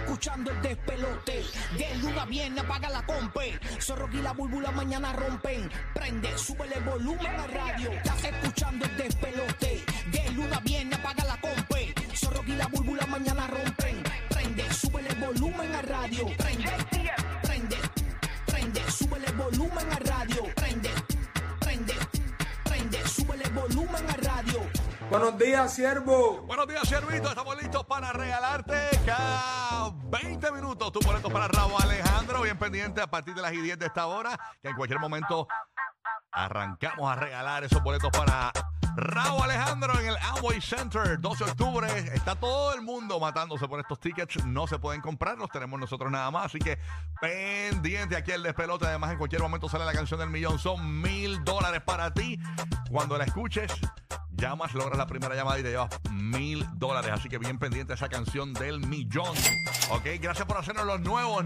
escuchando el despelote. De luna viene, apaga la compe. Zorro y la búlbula mañana rompen. Prende, súbele el volumen a radio. Estás escuchando el despelote. De luna viene, apaga la compe. Zorro y la búlbula mañana rompen. Prende, súbele el volumen a radio. Prende, prende, prende, súbele el volumen a radio. Prende, prende, prende, súbele el volumen a radio. Buenos días, siervo. Buenos días, siervito. Estamos listos para regalarte cada 20 minutos tus boletos para Raúl Alejandro. Bien pendiente a partir de las 10 de esta hora, que en cualquier momento arrancamos a regalar esos boletos para Raúl Alejandro en el Amway Center. 12 de octubre. Está todo el mundo matándose por estos tickets. No se pueden comprar, los tenemos nosotros nada más. Así que pendiente aquí el despelote. Además, en cualquier momento sale la canción del millón. Son $1,000 para ti. Cuando la escuches, llamas, logras la primera llamada y te llevas $1,000. Así que bien pendiente esa canción del millón. Ok, gracias por hacernos los nuevos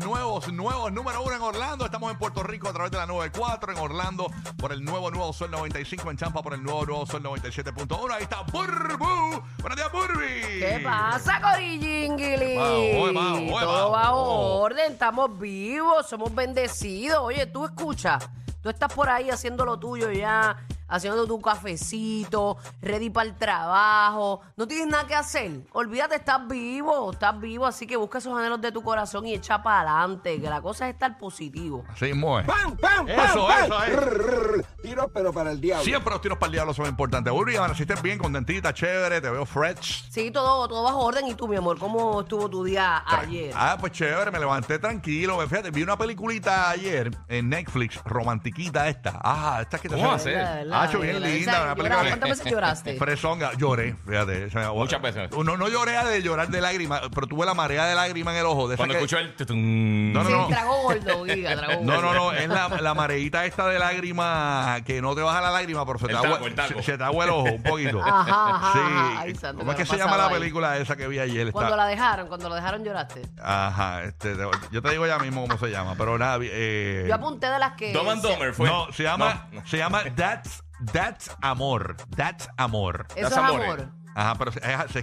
número 1 en Orlando. Estamos en Puerto Rico a través de la 94, en Orlando por el nuevo Sol 95, en Champa por el nuevo Sol 97.1. Ahí está Burbu. Buenos días, Burbi. ¿Qué pasa, Corillingili? Todo Todo bajo orden, estamos vivos, somos bendecidos. Oye, tú escucha, tú estás por ahí haciendo lo tuyo ya, haciendo tu cafecito, ready para el trabajo, no tienes nada que hacer, olvídate, estás vivo, así que busca esos anhelos de tu corazón y echa para adelante, que la cosa es estar positivo. Así muy. ¡Pam, pam, Eso, pam, eso, pam! eso. Tiros, pero para el diablo. Siempre los tiros para el diablo son importantes. Burbi, amaneciste bien, contentita, chévere, te veo fresh. Sí, todo bajo orden. ¿Y tú, mi amor, cómo estuvo tu día ayer? Ah, pues chévere, me levanté tranquilo. Fíjate, vi una peliculita ayer en Netflix, romantiquita esta. Esta que te ¿Cómo hace. hacer? Ah, hecho bien linda, una película. ¿Cuántas veces lloraste? Fresonga, lloré, fíjate. Muchas veces. No lloré de llorar de lágrimas, pero tuve la marea de lágrimas en el ojo. De esa Cuando que- escucho el tutum. No, Sí, no. tragó gordo, Giga, tragó gordo. No, es la mareita esta de lágrimas que no te baja la lágrima, pero se te, El taco, el taco. se te agua el ojo un poquito. Ajá. Sí. Ay, santo, ¿Cómo es ¿qué que se le ha llama la pasado ahí? película esa que vi ayer? Cuando lo dejaron lloraste. Ajá, yo te digo ya mismo cómo se llama, pero nada. Yo apunté de las que... Dumb and Dumber fue. No, se llama No. That's Amor. That's Amor. Eso es Das amores. amor. Ajá, pero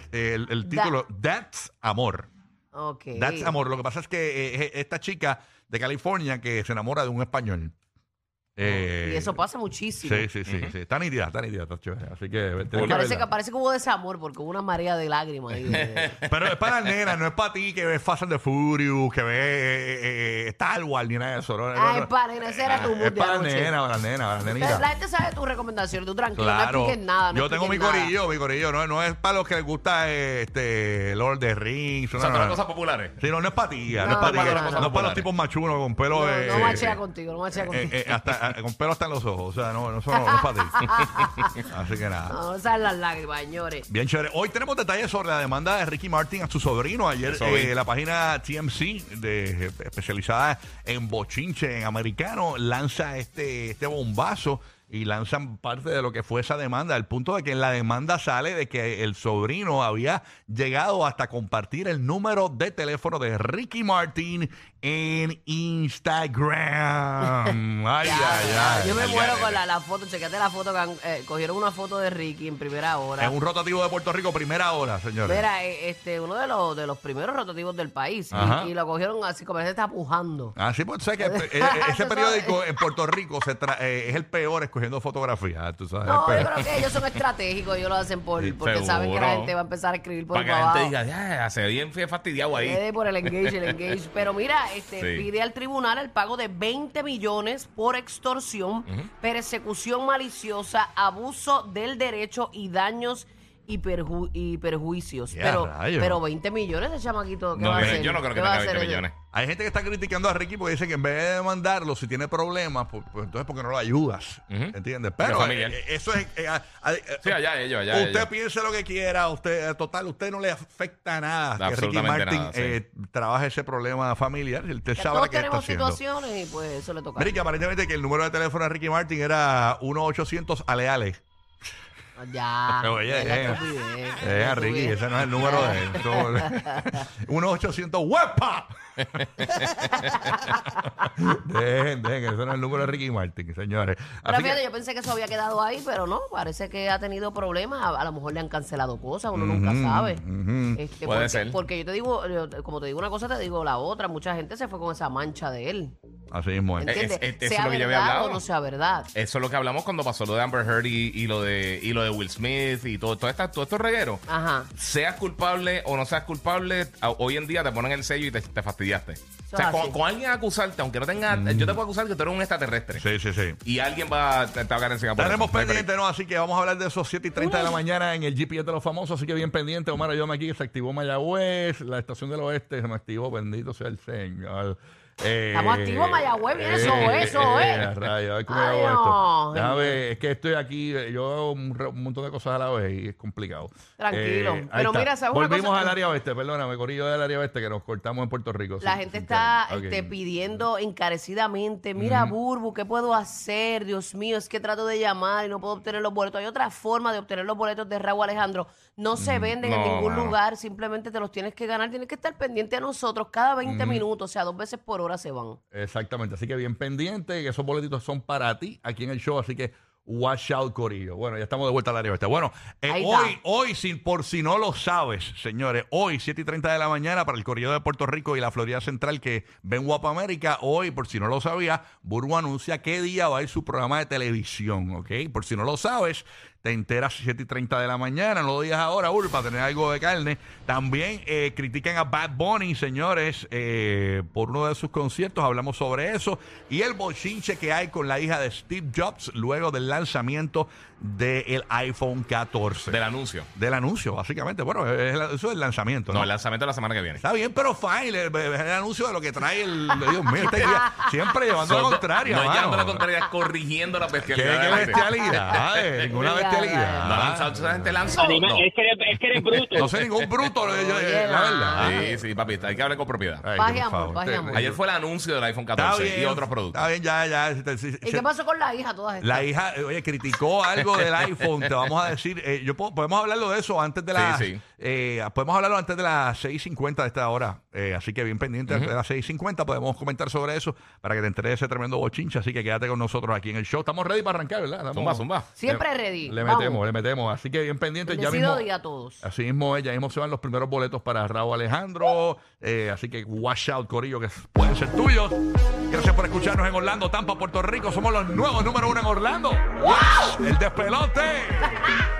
el título, That's Amor. Ok. That's Amor. Lo que pasa es que esta chica de California que se enamora de un español. Y eso pasa muchísimo. Sí. Está nítida, está chévere. Así que tienes que verla. Parece que hubo desamor porque hubo una marea de lágrimas ahí. Pero es para la nena, no es para ti que ves Fast and the Furious, que ves Star Wars, ni nada de eso. No, Es para nena, ese era tu mood es de para la anoche. nena, para la nenita. La gente sabe tu recomendación, tú tranquilo, Claro. no expliques nada. No Yo tengo mi expliques nada. corillo, no es para los que les gusta Lord of the Rings. O sea, todas las cosas populares. Sí, no es para ti, no es No, para ti. no, No no, es no, para los populares. tipos machunos con pelo. No machea contigo, no machea contigo. Con pelo hasta en los ojos. O sea, no es para ti. Así que nada. No salen las lágrimas, señores. Bien chévere. Hoy tenemos detalles sobre la demanda de Ricky Martin a su sobrino. Ayer Eso vi. la página TMC, especializada en bochinche en americano, lanza este bombazo y lanzan parte de lo que fue esa demanda, al punto de que en la demanda sale de que el sobrino había llegado hasta compartir el número de teléfono de Ricky Martin en Instagram. Ay. Yo me Ay, muero ay, con ay. la foto, checate la foto, cogieron una foto de Ricky en primera hora. En un rotativo de Puerto Rico, primera hora, señores. Mira, uno de los primeros rotativos del país. Ajá. Y lo cogieron así como se está pujando. Ah, sí, pues sabes que ese periódico en Puerto Rico es el peor escogiendo fotografías, tú sabes. No, el yo peor. creo que ellos son estratégicos, ellos lo hacen porque Seguro. saben que la gente va a empezar a escribir por Para que ahí la para gente abajo. diga, ya, se ve bien fastidiado ahí. Por el engage. Pero mira, Sí. pide al tribunal el pago de 20 millones por extorsión, persecución maliciosa, abuso del derecho y daños y perjuicios. Ya, rayos. Pero 20 millones de chamaquito, ¿qué No, va a hacer? yo no creo que ¿Qué va a tenga 20 hacer? millones. Hay gente que está criticando a Ricky porque dice que en vez de demandarlo, si tiene problemas, pues entonces porque no lo ayudas. Ujú. ¿Entiendes? Porque Pero familiar. eso es... Sí, allá ellos. usted piense lo que quiera, usted no le afecta nada que Ricky Absolutamente Martin nada, sí. trabaje ese problema familiar. Usted Que sabrá todos qué está tenemos haciendo. situaciones y pues eso le toca. Ricky, aparentemente que el número de teléfono de Ricky Martin era 1-800 Aleales. Ya. Oye, Ricky, ese no es el número de él. 1-800-WEPA. Dejen, ese no es el número de Ricky Martin, señores. Pero fíjate, yo pensé que eso había quedado ahí, pero no, parece que ha tenido problemas. A lo mejor le han cancelado cosas, uno nunca sabe. Puede ser. Porque yo te digo, como te digo una cosa, te digo la otra. Mucha gente se fue con esa mancha de él. Así mismo es. ¿Entiendes? Eso es sea lo que yo había verdad hablado. o no sea verdad. Eso es lo que hablamos cuando pasó lo de Amber Heard y lo de Will Smith y todo estos regueros. Ajá. Seas culpable o no seas culpable, hoy en día te ponen el sello y te fastidiaste. O sea, con alguien acusarte, aunque no tenga... Yo te puedo acusar que tú eres un extraterrestre. Sí. Y alguien te va a caer encima por Tenemos eso. pendiente, ¿no? Así que vamos a hablar de esos 7:30 de la mañana en el GPS de los famosos. Así que bien pendiente, Omar, ayúdame aquí, que se activó Mayagüez, la estación del oeste se me activó, bendito sea el Señor. Estamos activos, Mayagüez, bien, eso es. Rayo, a ver cómo Ay, hago esto. no. Déjame ver, es que estoy aquí, yo hago un montón de cosas a la vez y es complicado. Tranquilo. Ahí Pero está. mira, ¿sabes una Volvimos cosa? al área oeste, perdóname, corillo del área oeste, que nos cortamos en Puerto Rico. La sí, gente sin está querer. Ok. pidiendo encarecidamente, mira, Burbu, ¿qué puedo hacer? Dios mío, es que trato de llamar y no puedo obtener los boletos. Hay otra forma de obtener los boletos de Raúl Alejandro. No se venden en no, ningún mano. lugar, simplemente te los tienes que ganar. Tienes que estar pendiente a nosotros cada 20 minutos, o sea, 2 veces por hora se van. Exactamente, así que bien pendiente, que esos boletitos son para ti aquí en el show, así que watch out, corillo. Bueno, ya estamos de vuelta al área oeste. Bueno, Ahí está. hoy, por si no lo sabes, señores, hoy 7:30 de la mañana para el corillo de Puerto Rico y la Florida Central que ven Guapa América, hoy, por si no lo sabía, Burbu anuncia qué día va a ir su programa de televisión, ¿ok? Por si no lo sabes, te enteras 7:30 de la mañana, no lo digas ahora, Burbu, para tener algo de carne. También critican a Bad Bunny, señores, por uno de sus conciertos, hablamos sobre eso, y el bochinche que hay con la hija de Steve Jobs luego del lanzamiento del iPhone 14. Del anuncio. Del anuncio, básicamente. Bueno, eso es el lanzamiento, ¿no? No, el lanzamiento de la semana que viene. Está bien, pero fine, el anuncio de lo que trae el... Dios mío, este día siempre llevando la contraria, No mano. llevando la contraria, corrigiendo la ¿Qué bestialidad. de la gente. bestialidad? Ninguna bestialidad. No ha lanzado, esa gente lanza. No. Es que eres bruto. No soy ningún bruto, la verdad. Sí, papi, hay que hablar con propiedad. Ay, Paz y por amor, favor. paz y amor. Ayer fue el anuncio del iPhone Está 14 bien, y otros productos. Está bien, ya. ¿Y qué pasó con la hija todas estas? La hija, oye, criticó algo del iPhone. Te vamos a decir, podemos hablarlo de eso antes de las... Sí. Podemos hablarlo antes de las 6:50 de esta hora. Así que bien pendiente, antes de las 6:50 podemos comentar sobre eso para que te enteres de ese tremendo bochinche. Así que quédate con nosotros aquí en el show. Estamos ready para arrancar, ¿verdad? Zumba. Siempre ready. Le Vamos. metemos. Así que bien pendiente. Ya Bendecido mismo, día a todos. así mismo, ya mismo se van los primeros boletos para Raúl Alejandro. Así que watch out, corillo, que pueden ser tuyos. Gracias por escucharnos en Orlando, Tampa, Puerto Rico. Somos los nuevos número 1 en Orlando. ¡Wow! El despelote.